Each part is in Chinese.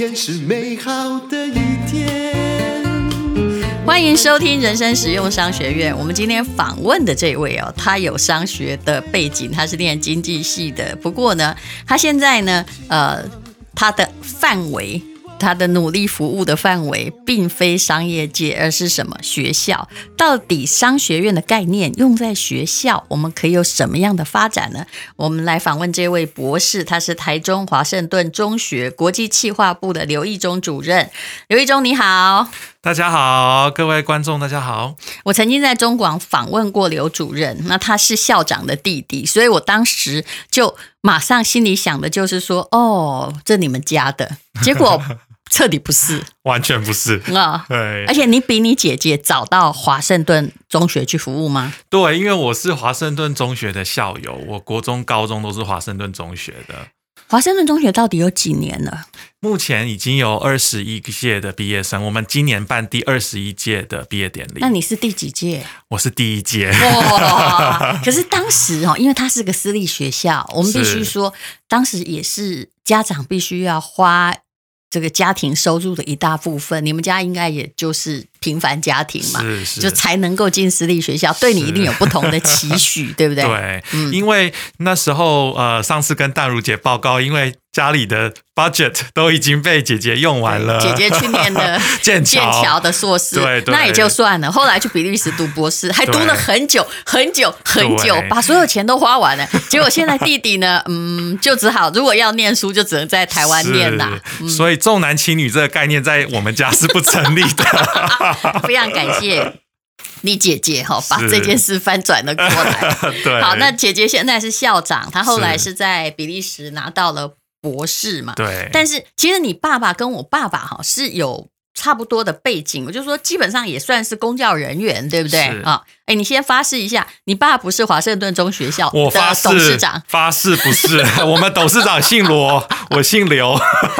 天是美好的一天。 欢迎收听人生实用商学院。我们今天访问的这位他有商学的背景，他是念经济系的。不过呢，他现在呢，他的范围，他的努力服务的范围，并非商业界，而是什么？学校。到底商学院的概念用在学校，我们可以有什么样的发展呢？我们来访问这位博士，他是台中华盛顿中学国际企划部的刘义忠主任。刘义忠，你好。 大家好，各位观众大家好。 我曾经在中广访问过刘主任，那他是校长的弟弟，所以我当时就马上心里想的就是说，这你们家的。结果彻底不是， 完全不是对，而且你比你姐姐早到华盛顿中学去服务吗？ 对，因为我是华盛顿中学的校友，我国中高中都是华盛顿中学的。 华盛顿中学到底有几年了？ 目前已经有21届的毕业生，我们今年办第21届的毕业典礼。 那你是第几届？ 我是第1届。 哇！可是当时因为它是个私立学校，我们必须说，当时也是家长必须要花这个家庭收入的一大部分。你们家应该也就是平凡家庭嘛，就才能够进私立学校，对你一定有不同的期许，对不对？ 对，因为那时候上次跟淡如姐报告，因为家里的 budget 都已经被姐姐用完了， 姐姐去念了剑桥的硕士， 对， 那也就算了。后来去比利时读博士，还读了很久很久很久，把所有钱都花完了。结果现在弟弟呢，就只好如果要念书，就只能在台湾念啦。 所以重男轻女这个概念在我们家是不成立的。 非常感谢你姐姐把这件事翻转了过来。 对， 好，那姐姐现在是校长，她后来是在比利时拿到了博士嘛。 对， 但是其实你爸爸跟我爸爸是有差不多的背景，我就说基本上也算是公教人员，对不对啊？你先发誓一下，你爸不是华盛顿中学校的董事长？ 发誓不是，我们董事长姓罗，我姓刘。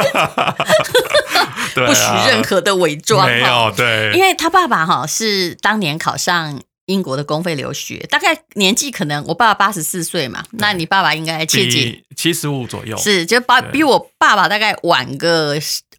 不许任何的伪装。 没有，对， 因为他爸爸是当年考上英国的公费留学，大概年纪可能我爸爸84岁嘛，那你爸爸应该切记 75左右， 是就比我爸爸大概晚个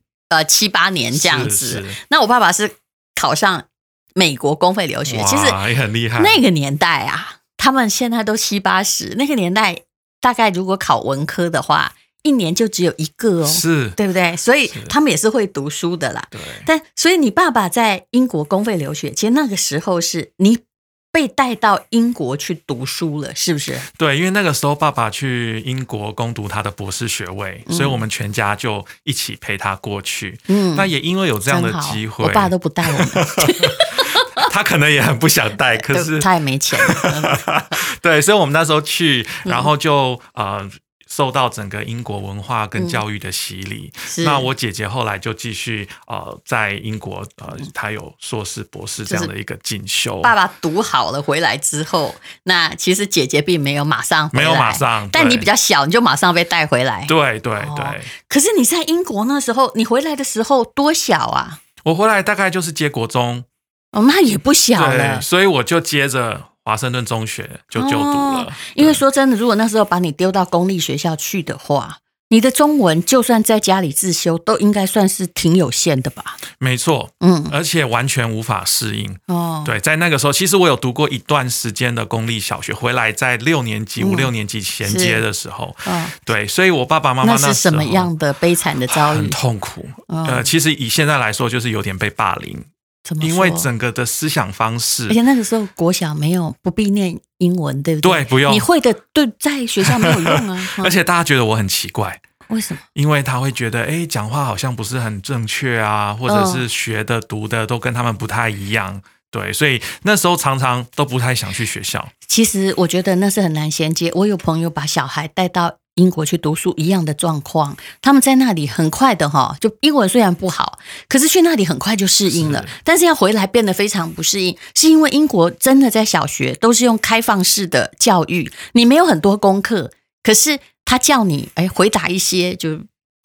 7、8年这样子。那我爸爸是考上美国公费留学，其实也很厉害。 那个年代他们现在都70、80，那个年代大概如果考文科的话，1年就只有1个是， 对不对？所以他们也是会读书的啦。 对， 但所以你爸爸在英国公费留学，其实那个时候是你被带到英国去读书了，是不是？ 对，因为那个时候爸爸去英国攻读他的博士学位，所以我们全家就一起陪他过去。那也因为有这样的机会， 我爸都不带我们。 他可能也很不想带，可是他也没钱。 对，所以我们那时候去，然后就受到整个英国文化跟教育的洗礼。那我姐姐后来就继续在英国她有硕士博士这样的一个进修。 爸爸读好了回来之后，那其实姐姐并没有马上回来， 没有马上， 但你比较小，你就马上被带回来。 对对对。 可是你在英国那时候，你回来的时候多小啊？ 我回来大概就是接国中。 那也不小了。 所以我就接着华盛顿中学就就读了。 因为说真的，如果那时候把你丢到公立学校去的话，你的中文就算在家里自修，都应该算是挺有限的吧？ 没错，而且完全无法适应。对，在那个时候，其实我有读过一段时间的公立小学，回来在5、6年级衔接的时候，对，所以我爸爸妈妈那时候那是什么样的悲惨的遭遇？ 很痛苦。其实以现在来说，就是有点被霸凌。因为整个的思想方式， 而且那个时候国小不必念英文，对不对？ 对，不用。 你会的，对，在学校没有用啊。 而且大家觉得我很奇怪， 为什么？ 因为他会觉得，讲话好像不是很正确啊，或者是学的、读的都跟他们不太一样。对，所以那时候常常都不太想去学校。 其实我觉得那是很难衔接。我有朋友把小孩带到英国去读书一样的状况，他们在那里很快的就英文虽然不好，可是去那里很快就适应了，但是要回来变得非常不适应，是因为英国真的在小学都是用开放式的教育，你没有很多功课，可是他叫你回答一些就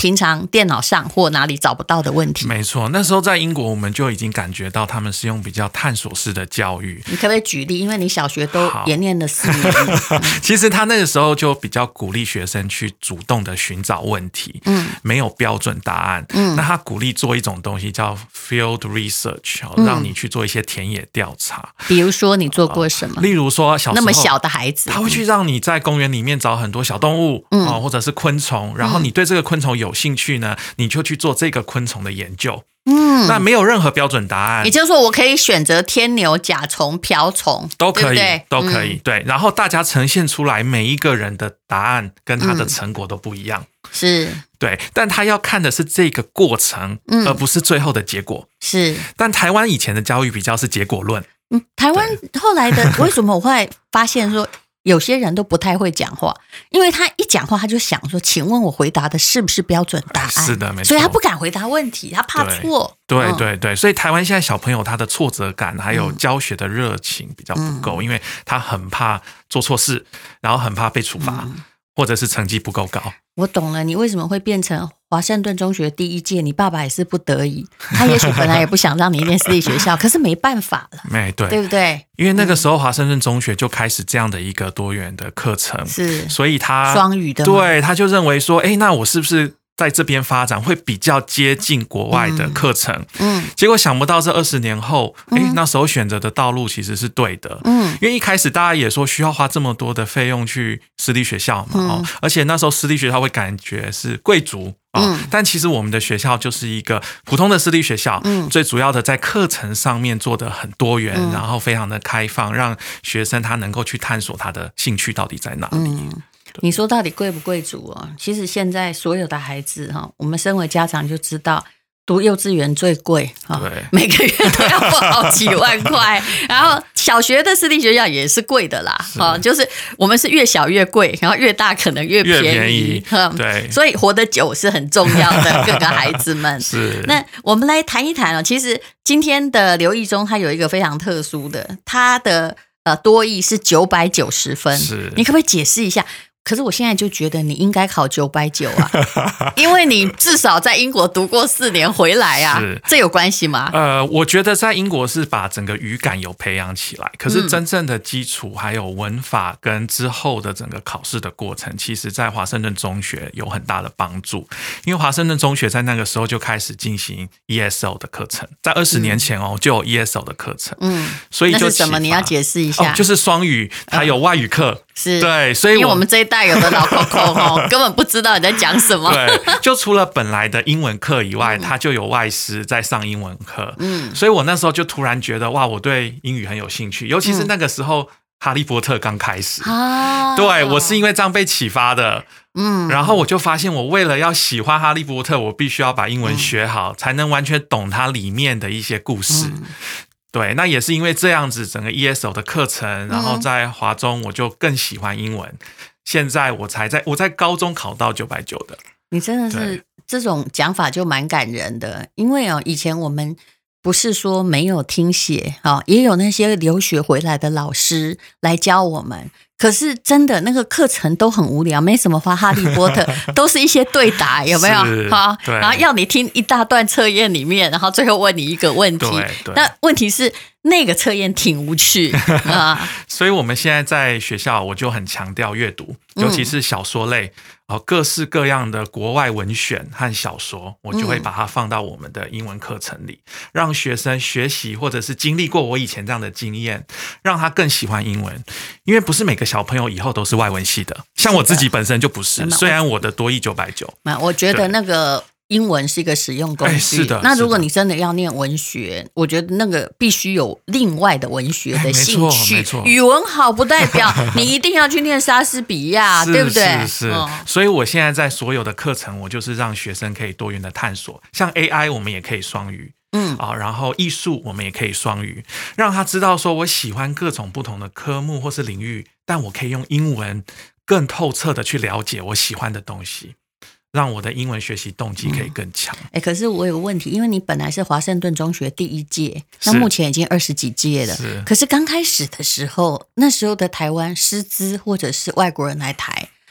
平常电脑上或哪里找不到的问题。 没错，那时候在英国我们就已经感觉到他们是用比较探索式的教育。 你可不可以举例？因为你小学都也念了4年。 其实他那个时候就比较鼓励学生去主动的寻找问题，没有标准答案。那他鼓励做一种东西叫 field research，让你去做一些田野调查。 比如说你做过什么？ 例如说小时候那么小的孩子， 他会去让你在公园里面找很多小动物，或者是昆虫，然后你对这个昆虫有兴趣呢，你就去做这个昆虫的研究。那没有任何标准答案， 也就是说我可以选择天牛、甲虫、瓢虫都可以， 对不对？ 都可以，对。然后大家呈现出来每一个人的答案跟他的成果都不一样， 是， 对。但他要看的是这个过程，而不是最后的结果。 是。 但台湾以前的教育比较是结果论。 台湾后来的为什么我后来发现说有些人都不太会讲话，因为他一讲话他就想说，请问我回答的是不是标准答案？ 是的，没错。 所以他不敢回答问题，他怕错。 对对对，所以台湾现在小朋友他的挫折感还有教学的热情比较不够，因为他很怕做错事，然后很怕被处罚，或者是成绩不够高。 我懂了，你为什么会变成华盛顿中学第1届？你爸爸也是不得已，他也许本来也不想让你念私立学校，可是没办法了，对不对？ 因为那个时候华盛顿中学就开始这样的一个多元的课程， 是， 所以他双语的， 对，他就认为说，那我是不是在这边发展会比较接近国外的课程？结果想不到这20年后，那时候选择的道路其实是对的。因为一开始大家也说需要花这么多的费用去私立学校嘛，而且那时候私立学校会感觉是贵族。但其实我们的学校就是一个普通的私立学校，最主要的在课程上面做得很多元，然后非常的开放，让学生他能够去探索他的兴趣到底在哪里。 你说到底贵不贵族哦？其实现在所有的孩子我们身为家长就知道，读幼稚园最贵，每个月都要付好几万块。然后小学的私立学校也是贵的啦，就是我们是越小越贵，然后越大可能越便宜。 对， 所以活得久是很重要的，各个孩子们。 是。 那我们来谈一谈其实今天的刘毅中他有一个非常特殊的，他的多益是990分， 是。 你可不可以解释一下？可是我现在就觉得你应该考990啊，因为你至少在英国读过4年回来啊，这有关系吗？ 我觉得在英国是把整个语感有培养起来，可是真正的基础还有文法跟之后的整个考试的过程，其实在华盛顿中学有很大的帮助，因为华盛顿中学在那个时候就开始进行 ESL 的课程，在20年前就有 ESL 的课程，所以就那是什么？你要解释一下。 就是双语，还有外语课。 是， 对，所以因为我们这一代有的老扣扣根本不知道你在讲什么。 对，就除了本来的英文课以外，他就有外师在上英文课。所以我那时候就突然觉得，哇，我对英语很有兴趣，尤其是那个时候哈利波特刚开始。对，我是因为这样被启发的。然后我就发现，我为了要喜欢哈利波特，我必须要把英文学好，才能完全懂它里面的一些故事。对，那也是因为这样子，整个 ESL 的课程，然后在华中我就更喜欢英文。现在我在高中考到990的。 你真的是这种讲法就蛮感人的，因为以前我们不是说没有听写也有那些留学回来的老师来教我们。可是真的那个课程都很无聊，没什么花哈利波特都是一些对答，有没有？然后要你听一大段测验里面，然后最后问你一个问题。那问题是那个测验挺无趣所以我们现在在学校我就很强调阅读，尤其是小说类，各式各样的国外文选和小说，我就会把它放到我们的英文课程里，让学生学习或者是经历过我以前这样的经验，让他更喜欢英文。因为不是每个小朋友以后都是外文系的，像我自己本身就不是，虽然我的多益990。 我觉得那个英文是一个实用工具。 是的。 那如果你真的要念文学，我觉得那个必须有另外的文学的兴趣。 没错。 语文好不代表你一定要去念莎士比亚，对不对？ 是。所以我现在在所有的课程，我就是让学生可以多元的探索，像 AI 我们也可以双语。然后艺术我们也可以双语，让他知道说我喜欢各种不同的科目或是领域，但我可以用英文更透彻的去了解我喜欢的东西，让我的英文学习动机可以更强。 可是我有个问题，因为你本来是华盛顿中学第1届，那目前已经20几届了。可是刚开始的时候，那时候的台湾师资或者是外国人来台，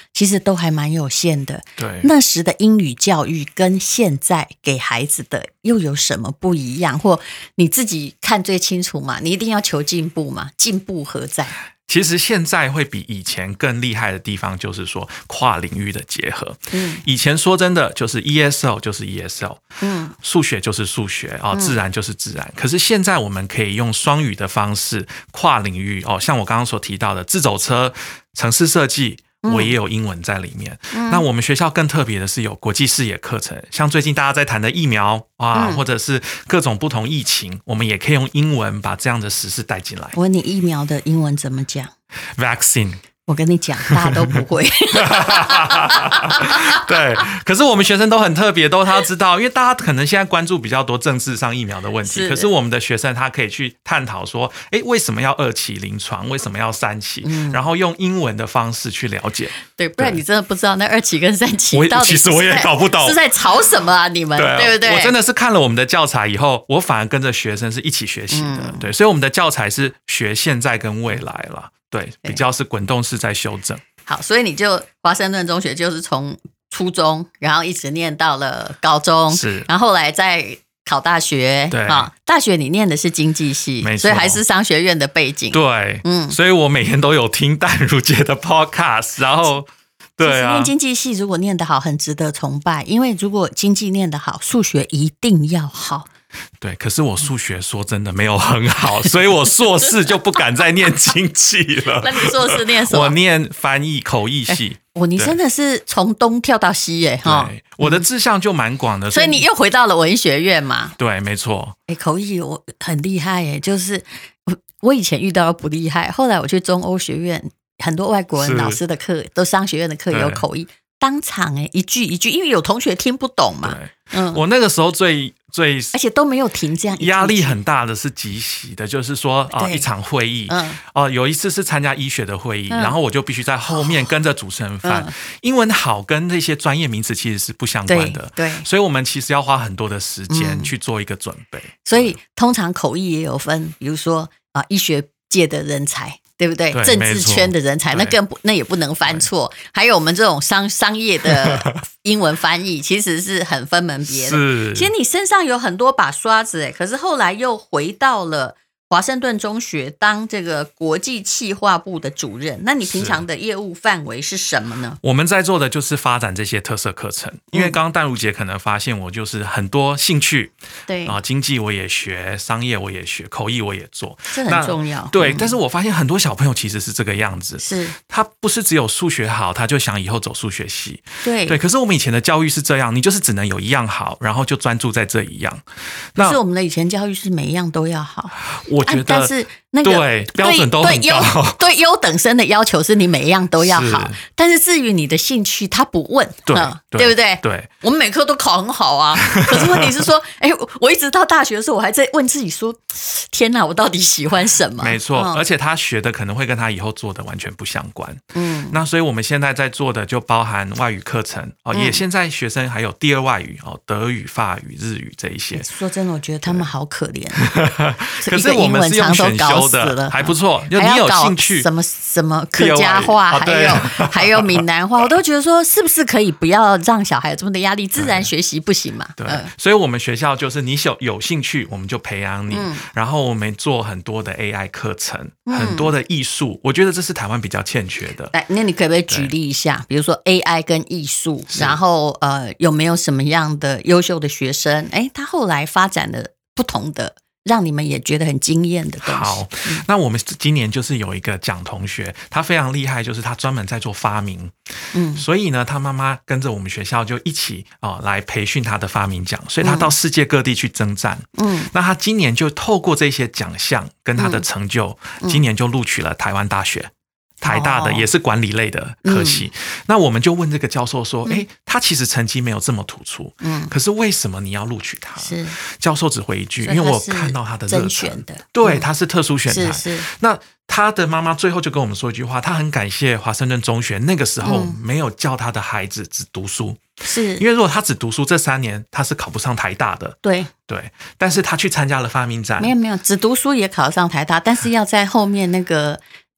其实都还蛮有限的。 对， 那时的英语教育跟现在给孩子的又有什么不一样？或你自己看最清楚嘛？你一定要求进步嘛？进步何在？ 其实现在会比以前更厉害的地方，就是说跨领域的结合。以前说真的就是 ESL 就是 ESL，数学就是数学自然就是自然。可是现在我们可以用双语的方式跨领域像我刚刚所提到的自走车、程式设计。我也有英文在里面。那我们学校更特别的是有国际视野课程，像最近大家在谈的疫苗或者是各种不同疫情，我们也可以用英文把这样的时事带进来。 我问你，疫苗的英文怎么讲 ？Vaccine。 我跟你讲，大家都不会。 对，可是我们学生都很特别，都他知道，因为大家可能现在关注比较多政治上疫苗的问题，可是我们的学生他可以去探讨说，为什么要2期临床，为什么要3期，然后用英文的方式去了解。 对，不然你真的不知道那2期跟3期到底其实我也搞不懂是在吵什么啊？你们 对不对？ 我真的是看了我们的教材以后，我反而跟着学生是一起学习的。对，所以我们的教材是学现在跟未来了。对，比较是滚动式在修正。 好，所以你就华盛顿中学就是从初中，然后一直念到了高中， 是， 然后后来再考大学。 对， 大学你念的是经济系，所以还是商学院的背景。 对，所以我每天都有听淡如姐的 podcast， 然后。对啊， 念经济系如果念得好，很值得崇拜，因为如果经济念得好，数学一定要好。 对，可是我数学说真的没有很好，所以我硕士就不敢再念经济了。 那你硕士念什么？ 我念翻译口译系。 你真的是从东跳到西耶！ 对，我的志向就蛮广的， 所以你又回到了文学院嘛？ 对，没错。 口译我很厉害耶，就是我以前遇到不厉害，后来我去中欧学院，很多外国人老师的课都商学院的课有口译。当场一句一句，因为有同学听不懂嘛。 我那个时候最而且都没有停，这样压力很大的是即席的，就是说一场会议，有一次是参加医学的会议，然后我就必须在后面跟着主持人翻。英文好跟那些专业名词其实是不相关的， 对， 所以我们其实要花很多的时间去做一个准备。 所以通常口译也有分，比如说医学界的人才。对不对？政治圈的人才，那也不能犯错。还有我们这种商业的英文翻译，其实是很分门别的。其实你身上有很多把刷子，可是后来又回到了华盛顿中学当这个国际企划部的主任。那你平常的业务范围是什么呢？ 我们在做的就是发展这些特色课程，因为刚刚淡如姐可能发现我就是很多兴趣， 对经济我也学，商业我也学，口译我也做， 这很重要。 对，但是我发现很多小朋友其实是这个样子， 是他不是只有数学好，他就想以后走数学系。 对， 可是我们以前的教育是这样，你就是只能有一样好，然后就专注在这一样。 可是我们的以前教育是每一样都要好。 我觉得， 但是那个对标准都很高， 对优等生的要求是你每一样都要好，但是至于你的兴趣，他不问，对不对？ 对， 我们每科都考很好啊，可是问题是说，我一直到大学的时候，我还在问自己说，天哪，我到底喜欢什么？ 没错，而且他学的可能会跟他以后做的完全不相关。那所以我们现在在做的就包含外语课程也现在学生还有第2外语德语、法语、日语这一些。 说真的，我觉得他们好可怜。 可是我们是用选修的，还不错。你有兴趣什么客家话，还有闽南话，我都觉得说是不是可以不要让小孩有这么的压力，自然学习不行嘛？ 对，所以我们学校就是你有兴趣，我们就培养你，然后我们做很多的 AI 课程，很多的艺术，我觉得这是台湾比较欠缺的。 那你可不可以举例一下，比如说 AI 跟艺术，然后有没有什么样的优秀的学生，他后来发展了不同的，让你们也觉得很惊艳的东西？ 好，那我们今年就是有一个蒋同学，他非常厉害，就是他专门在做发明，所以呢，他妈妈跟着我们学校就一起来培训他的发明奖，所以他到世界各地去征战。那他今年就透过这些奖项跟他的成就，今年就录取了台湾大学。台大的也是管理类的科系，那我们就问这个教授说，他其实成绩没有这么突出，可是为什么你要录取他？ 是教授只回一句，因为我看到他的热忱，对，他是特殊选材。那他的妈妈最后就跟我们说一句话，他很感谢华盛顿中学那个时候没有叫他的孩子只读书， 是因为如果他只读书这3年，他是考不上台大的。对，但是他去参加了发明展， 没有，只读书也考上台大，但是要在后面那个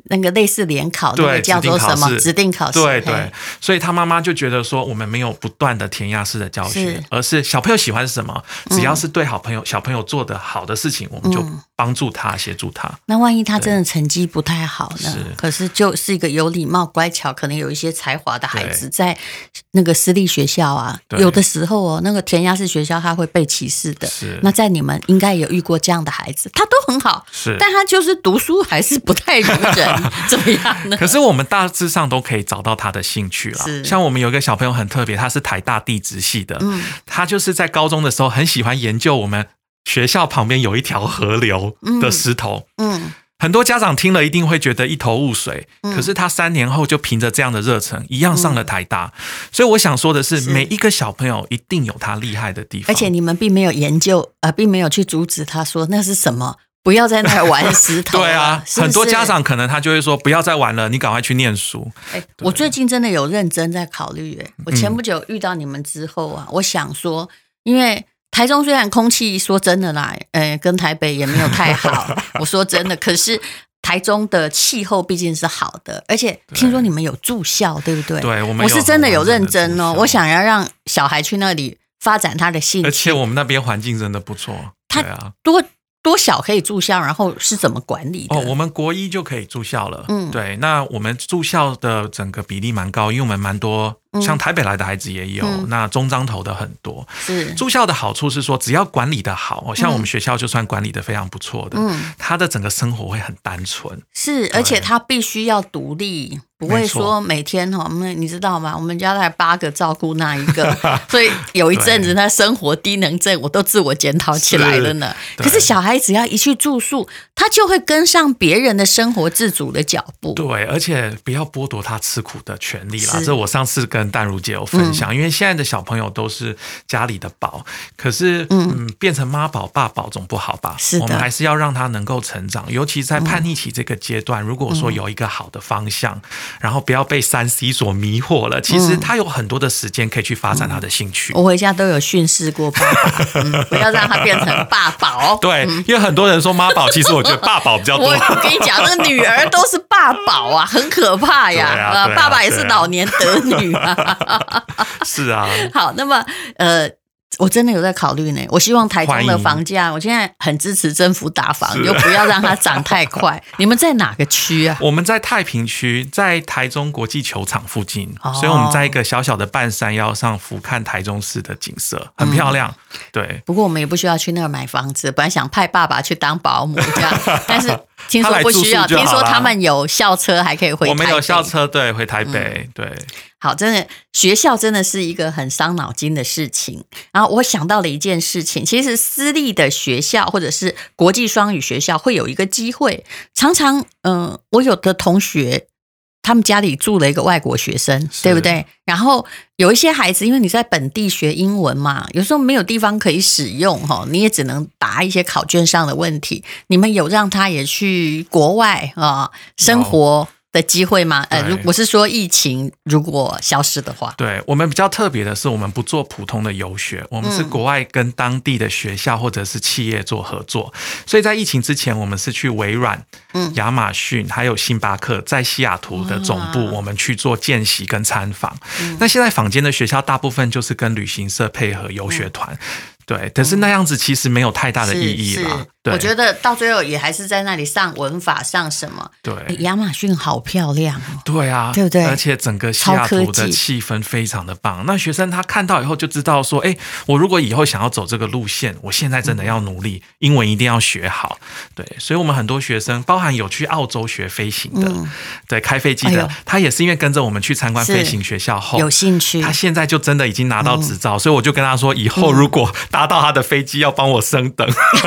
那个类似联考，那个叫做什么指定考试？ 对，所以他妈妈就觉得说，我们没有不断的填鸭式的教学，而是小朋友喜欢什么，只要是对小朋友做的好的事情，我们就帮助他、协助他。 那万一他真的成绩不太好呢？可是就是一个有礼貌、乖巧，可能有一些才华的孩子，在那个私立学校啊，有的时候那个填鸭式学校他会被歧视的。那在你们应该有遇过这样的孩子，他都很好，但他就是读书还是不太如人。怎么样呢？ 可是我们大致上都可以找到他的兴趣啦。像我们有一个小朋友很特别，他是台大地质系的，他就是在高中的时候很喜欢研究我们学校旁边有一条河流的石头。很多家长听了一定会觉得一头雾水，可是他3年后就凭着这样的热忱，一样上了台大。所以我想说的是，每一个小朋友一定有他厉害的地方， 而且你们并没有研究，并没有去阻止他说那是什么。不要在那玩石头。 对啊，是不是很多家长可能他就会说不要再玩了，你赶快去念书。 我最近真的有认真在考虑。我前不久遇到你们之后啊，我想说，因为台中虽然空气说真的啦，跟台北也没有太好，我说真的，可是台中的气候毕竟是好的，而且听说你们有住校，对不对？ 对， 我是真的有认真哦，我想要让小孩去那里发展他的兴趣， 而且我们那边环境真的不错。对啊， 多小可以住校，然后是怎么管理的？ 我们国1就可以住校了。对，那我们住校的整个比例蛮高，因为我们蛮多，像台北来的孩子也有，那中彰投的很多。住校的好处是说，只要管理的好，像我们学校就算管理的非常不错的，他的整个生活会很单纯。 而且他必须要独立。不会说每天你知道吗？我们家才8个照顾那一个，所以有一阵子他生活低能症，我都自我检讨起来了呢。可是小孩只要一去住宿，他就会跟上别人的生活自主的脚步。 对，而且不要剥夺他吃苦的权利啦。这我上次跟淡如姐有分享，因为现在的小朋友都是家里的宝，可是变成妈宝爸宝总不好吧？我们还是要让他能够成长，尤其在叛逆期这个阶段，如果说有一个好的方向。然后不要被3C 所迷惑了，其实他有很多的时间可以去发展他的兴趣。 我回家都有训示过爸爸，不要让他变成爸宝。 对，因为很多人说妈宝，其实我觉得爸宝比较多。 我跟你讲，那女儿都是爸宝啊，很可怕呀。爸爸也是老年得女啊。 是啊。 好，那么我真的有在考虑呢。我希望台中的房价，我现在很支持政府打房，又不要让它涨太快。你们在哪个区啊？ 我们在太平区，在台中国际球场附近，所以我们在一个小小的半山腰上俯瞰台中市的景色，很漂亮。对。 不过我们也不需要去那儿买房子，本来想派爸爸去当保姆这样，但是听说不需要，听说他们有校车还可以回台北。 我们有校车，对，回台北，对。 好，真的学校真的是一个很伤脑筋的事情。然后我想到了一件事情，其实私立的学校或者是国际双语学校会有一个机会，常常我有的同学他们家里住了一个外国学生，对不对？然后有一些孩子，因为你在本地学英文嘛，有时候没有地方可以使用，你也只能答一些考卷上的问题。你们有让他也去国外生活的机会吗？我是说疫情如果消失的话。 对，我们比较特别的是，我们不做普通的游学，我们是国外跟当地的学校或者是企业做合作。所以在疫情之前，我们是去微软、亚马逊还有星巴克在西雅图的总部，我们去做见习跟参访。那现在坊间的学校大部分就是跟旅行社配合游学团。对，可是那样子其实没有太大的意义啦。 我觉得到最后也还是在那里上文法上什么。 对， 亚马逊好漂亮哦。 对啊， 对不对？ 而且整个西雅图的气氛非常的棒。那学生他看到以后就知道说，我如果以后想要走这个路线，我现在真的要努力，英文一定要学好。对，所以我们很多学生，包含有去澳洲学飞行的，对，开飞机的，他也是因为跟着我们去参观飞行学校后有兴趣， 他现在就真的已经拿到执照，所以我就跟他说，以后如果搭到他的飞机，要帮我升等。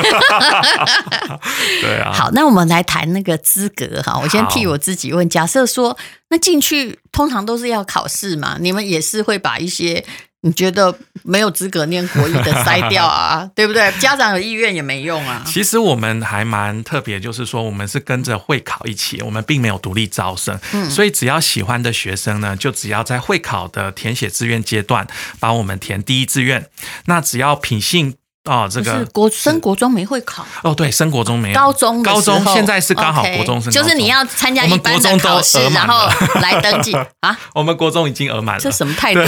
对啊。 好，那我们来谈那个资格哈。我先替我自己问，假设说，那进去通常都是要考试嘛？你们也是会把一些你觉得没有资格念国语的筛掉啊，对不对？家长有意愿也没用啊。 其实我们还蛮特别，就是说我们是跟着会考一起，我们并没有独立招生，所以只要喜欢的学生呢，就只要在会考的填写志愿阶段帮我们填第一志愿，那只要品性这个升国中没会考对，升国中没有， 高中现在是刚好国中升高中， 就是你要参加一般的考试，然后来登记啊。 我们国中已经额满了， 这什么态度？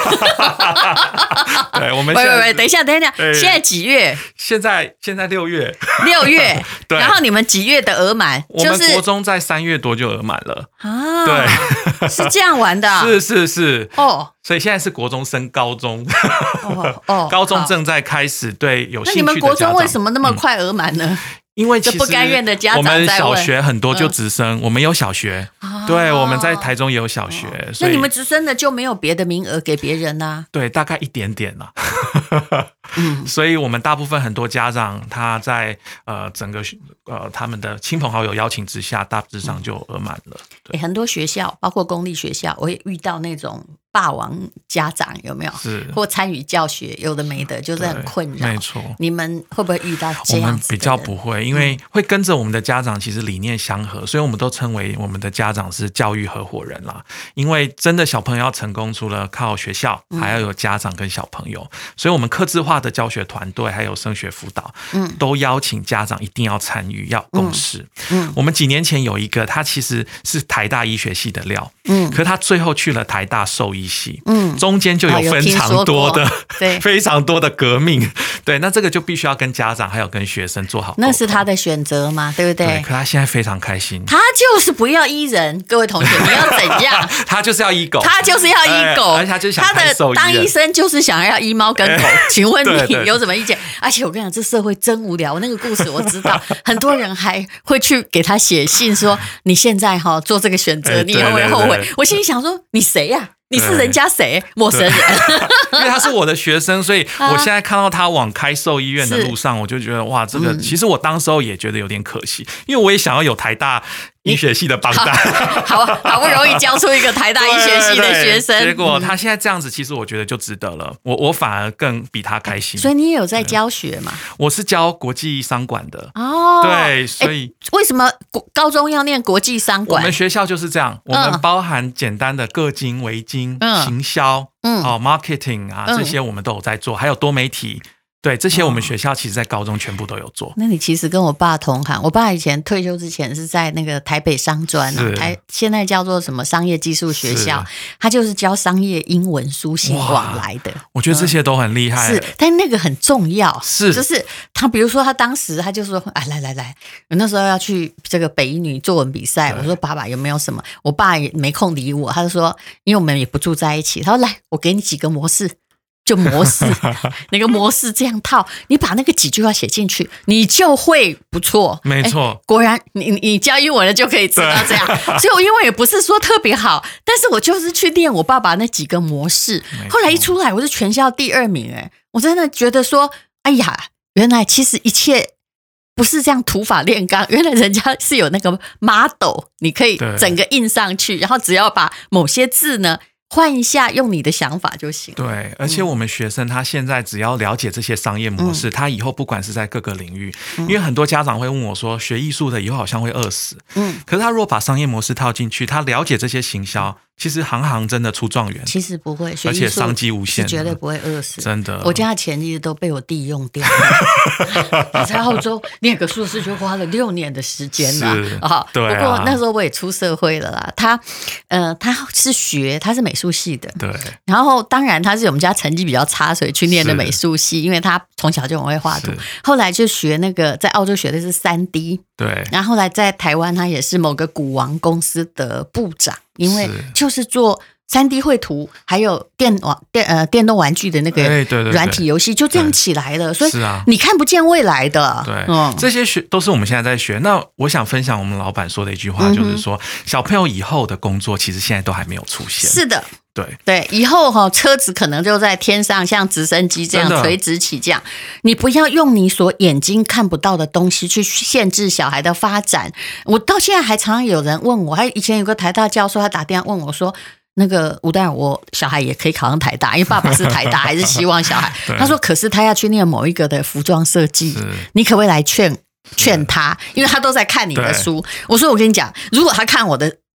对，我们喂，等一下，现在几月？ 现在6月 ，6月。 对， 然后你们几月的额满？ 我们国中在3月多就额满了啊。 对， 是这样玩的。 是所以现在是国中升高中，高中正在开始。对，有兴趣的家长。 那你们国中为什么那么快额满呢？ 因为其实不甘愿的家长在问， 我们小学很多就直升，我们有小学，对，我们在台中也有小学， 那你们直升的就没有别的名额给别人啊？ 对，大概一点点啦。所以我们大部分很多家长他在整个他们的亲朋好友邀请之下，大致上就额满了。 很多学校，包括公立学校，我也遇到那种霸王家长，有没有？ 是， 或参与教学，有的没的，就是很困扰。 没错， 你们会不会遇到这样子的人？ 我们比较不会，因为会跟着我们的家长，其实理念相合，所以我们都称为我们的家长是教育合伙人啦。因为真的小朋友要成功，除了靠学校，还要有家长跟小朋友，所以我们客制化的教学团队还有升学辅导，都邀请家长一定要参与，要共识。我们几年前有一个，他其实是台大医学系的料，可是他最后去了台大兽医系，中间就有非常多的非常多的革命，对，那这个就必须要跟家长还有跟学生做好沟通， 那是他的选择嘛，对不对？ 对，可他现在非常开心， 他就是不要医人，各位同学，你要怎样？ 他就是要医狗， 他就是要医狗， 而且他就是想开兽医， 当医生就是想要医猫跟狗。请问你有什么意见？而且我跟你讲，这社会真无聊。那个故事我知道，很多人还会去给他写信说，你现在做这个选择，你也会后悔。我心里想说，你谁呀？你是人家谁？陌生人。 因为他是我的学生，所以我现在看到他往开兽医院的路上，我就觉得哇，这个其实我当时候也觉得有点可惜，因为我也想要有台大医学系的帮带， 好不容易教出一个台大医学系的学生， 结果他现在这样子，其实我觉得就值得了。我反而更比他开心。 所以你也有在教学嘛？ 我是教国际商管的哦， 对，所以为什么高中要念国际商管？ 我们学校就是这样，我们包含简单的个经、微经、行销、marketing 啊，这些我们都有在做，还有多媒体。对，这些我们学校其实在高中全部都有做。 那你其实跟我爸同行，我爸以前退休之前是在那个台北商专现在叫做什么商业技术学校，他就是教商业英文书信往来的。 我觉得这些都很厉害， 是，但那个很重要， 是， 就是他比如说他当时他就说，哎，来，我那时候要去这个北一女作文比赛，我说爸爸有没有什么，我爸也没空理我，他就说，因为我们也不住在一起，他说来，我给你几个模式。就模式，那个模式这样套，你把那个几句话写进去，你就会不错。 没错， 果然你教英文的就可以知道这样。所以我英文也不是说特别好，但是我就是去练我爸爸那几个模式。后来一出来，我是全校第2名，我真的觉得说，哎呀，原来其实一切不是这样土法炼钢，原来人家是有那个 model， 你可以整个印上去，然后只要把某些字呢换一下，用你的想法就行。 对，而且我们学生他现在只要了解这些商业模式，他以后不管是在各个领域，因为很多家长会问我说，学艺术的以后好像会饿死。可是他如果把商业模式套进去，他了解这些行销，其实行真的出状元。 其实不会， 而且商机无限， 绝对不会饿死。 真的， 我家的钱其实都被我弟用掉了。他在澳洲念个硕士就花了6年的时间了。 对啊。 不过那时候我也出社会了啦。他是美术系的， 对。 然后当然他是我们家成绩比较差，所以去念的美术系，因为他从小就很会画图。后来就学那个在澳洲学的是3D， 对。 然后后来在台湾他也是某个股王公司的部长。因为就是做3D 绘图，还有电动玩具的那个软体游戏，就这样起来了。所以你看不见未来的。 对，这些都是我们现在在学。那我想分享我们老板说的一句话，就是说小朋友以后的工作其实现在都还没有出现。 是的。 对， 以后车子可能就在天上，像直升机这样垂直起降。你不要用你所眼睛看不到的东西去限制小孩的发展。我到现在还常常有人问我，还以前有个台大教授，他打电话问我说，那个吴丹，我小孩也可以考上台大，因为爸爸是台大，还是希望小孩。他说，可是他要去念某一个的服装设计，你可不可以来劝他？因为他都在看你的书。我说，我跟你讲，如果他看我的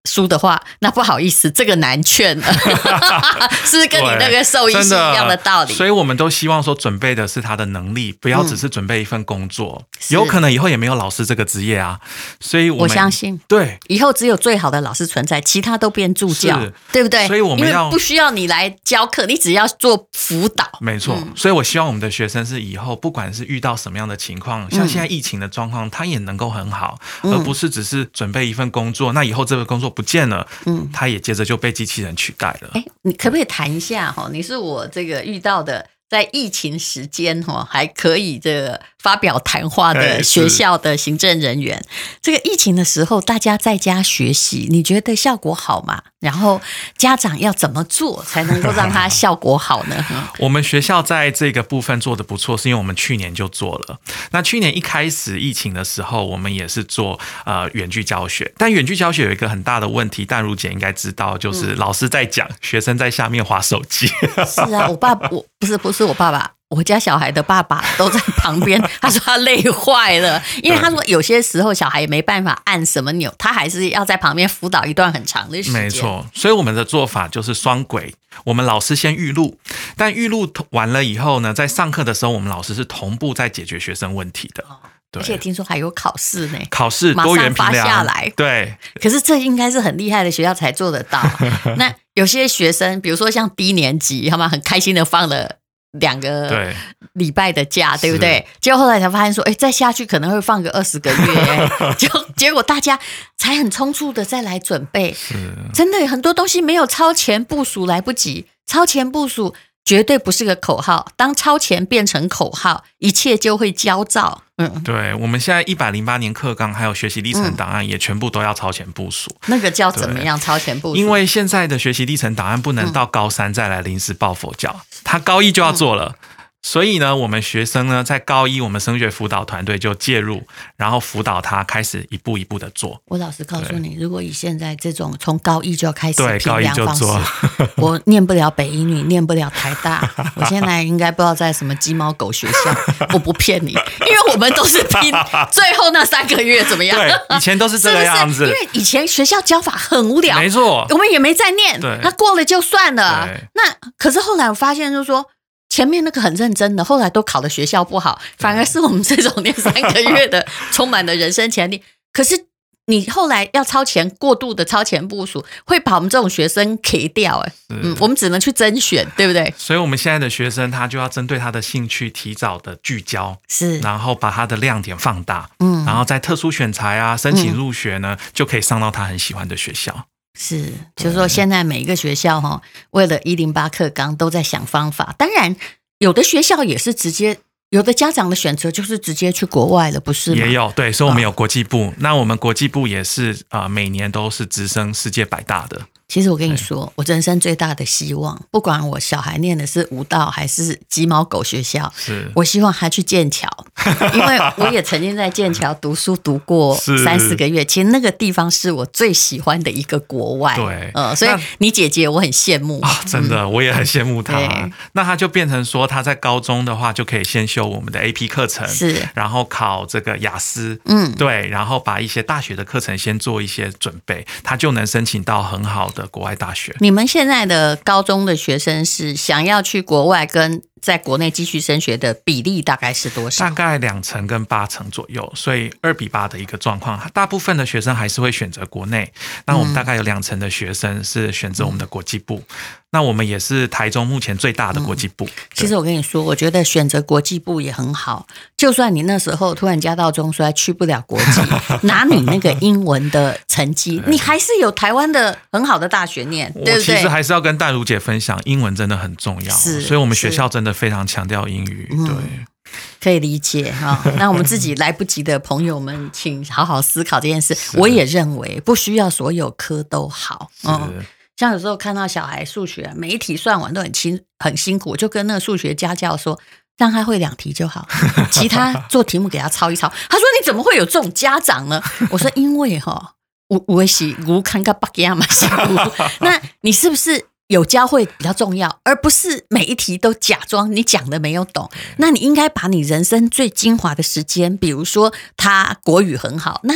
输的话，那不好意思，这个难劝了。是不是跟你那个兽医是一样的道理？ 所以我们都希望说准备的是他的能力，不要只是准备一份工作。有可能以后也没有老师这个职业啊，所以我相信， 对， 以后只有最好的老师存在，其他都变助教，对不对？ 所以我们不需要你来教课，你只要做辅导。 没错，所以我希望我们的学生是以后不管是遇到什么样的情况，像现在疫情的状况，他也能够很好，而不是只是准备一份工作，那以后这个工作不见了，他也接着就被机器人取代了。 你可不可以谈一下你是我这个遇到的在疫情时间还可以这个发表谈话的学校的行政人员，这个疫情的时候大家在家学习，你觉得效果好吗？然后家长要怎么做才能够让它效果好呢？ 我们学校在这个部分做得不错，是因为我们去年就做了。那去年一开始疫情的时候，我们也是做远距教学，但远距教学有一个很大的问题，淡如姐应该知道，就是老师在讲，学生在下面滑手机。 是啊，不是我爸爸。我家小孩的爸爸都在旁边，他说他累坏了，因为他说有些时候小孩也没办法按什么钮，他还是要在旁边辅导一段很长的时间。 没错，所以我们的做法就是双轨，我们老师先预录，但预录完了以后呢，在上课的时候，我们老师是同步在解决学生问题的。 而且听说还有考试呢， 考试多元评量马上发下来。 对， 可是这应该是很厉害的学校才做得到。那有些学生，比如说像低年级，他们很开心的放了2个礼拜的假， 对不对？结果后来才发现说，再下去可能会放个20个月，结果大家才很匆促的再来准备。真的很多东西没有超前部署来不及，超前部署绝对不是个口号，当超前变成口号，一切就会焦躁。 对，我们现在108年课纲还有学习历程档案也全部都要超前部署。 那个叫怎么样超前部署？ 因为现在的学习历程档案不能到高3再来临时抱佛脚，他高1就要做了。所以呢，我们学生呢在高1，我们升学辅导团队就介入，然后辅导他开始一步一步的做。 我老实告诉你，如果以现在这种从高1就要开始评量方式，我念不了北一女，念不了台大，我现在应该不知道在什么鸡毛狗学校。我不骗你，因为我们都是拼最后那3个月怎么样？ 对，以前都是这个样子。 是不是因为以前学校教法很无聊， 没错， 我们也没在念，那过了就算了。那可是后来我发现，就是说。前面那个很认真的，后来都考的学校不好，反而是我们这种念3个月的，充满了人生潜力。可是你后来要过度的超前部署，会把我们这种学生 K 掉。我们只能去甄选，对不对？ 所以我们现在的学生，他就要针对他的兴趣提早的聚焦，然后把他的亮点放大，然后在特殊选材啊，申请入学呢，就可以上到他很喜欢的学校。 是，就是说现在每一个学校为了108课纲都在想方法。当然，有的学校也是直接，有的家长的选择就是直接去国外了，不是吗？ 也有，对，所以我们有国际部。那我们国际部也是每年都是直升世界100大的。 其实我跟你说，我人生最大的希望，不管我小孩念的是舞蹈还是鸡毛狗学校，我希望他去剑桥，因为我也曾经在剑桥读书读过3-4个月。其实那个地方是我最喜欢的一个国外。 对， 所以你姐姐我很羡慕真的，我也很羡慕她。那他就变成说，他在高中的话就可以先修我们的 AP 课程，然后考这个雅思，对，然后把一些大学的课程先做一些准备，他就能申请到很好的国外大学。 你们现在的高中的学生是想要去国外跟在国内继续升学的比例大概是多少？ 大概2成跟8成左右，所以2:8的一个状况。大部分的学生还是会选择国内，那我们大概有2成的学生是选择我们的国际部。那我们也是台中目前最大的国际部。 其实我跟你说，我觉得选择国际部也很好。就算你那时候突然家道中衰去不了国际，拿你那个英文的成绩，你还是有台湾的很好的大学念，对不对？ 我其实还是要跟淡如姐分享，英文真的很重要，所以我们学校真的非常强调英语。对。 可以理解那我们自己来不及的朋友们，请好好思考这件事。我也认为不需要所有科都好。像有时候看到小孩数学每一题算完都很辛苦，我就跟那个数学家教说，让他会2题就好，其他做题目给他抄一抄。他说你怎么会有这种家长呢？我说因为我是我看个北京嘛，那你是不是有教会比较重要，而不是每一题都假装你讲的没有懂？那你应该把你人生最精华的时间，比如说他国语很好，那你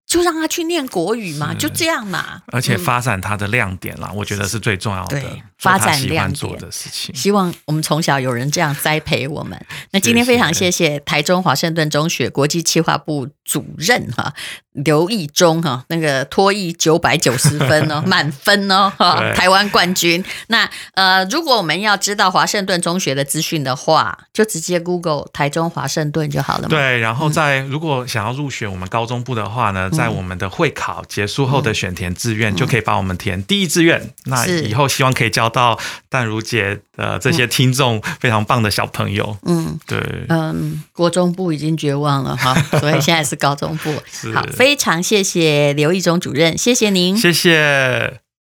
就让他去念国语嘛，就这样嘛。 而且发展他的亮点啦，我觉得是最重要的。 对，发展亮点做的事情。 希望我们从小有人这样栽培我们。那今天非常谢谢台中华盛顿中学国际企划部主任刘义忠那个托益990分哦，满分哦，台湾冠军。那如果我们要知道华盛顿中学的资讯的话，就直接 Google 台中华盛顿就好了嘛。 对，然后如果想要入选我们高中部的话呢，在我们的会考结束后的选填志愿，就可以帮我们填第一志愿。那以后希望可以交到淡如姐这些听众非常棒的小朋友。对， 国中部已经绝望了哈，所以现在是高中部。好，非常谢谢刘义忠主任，谢谢您， 谢谢。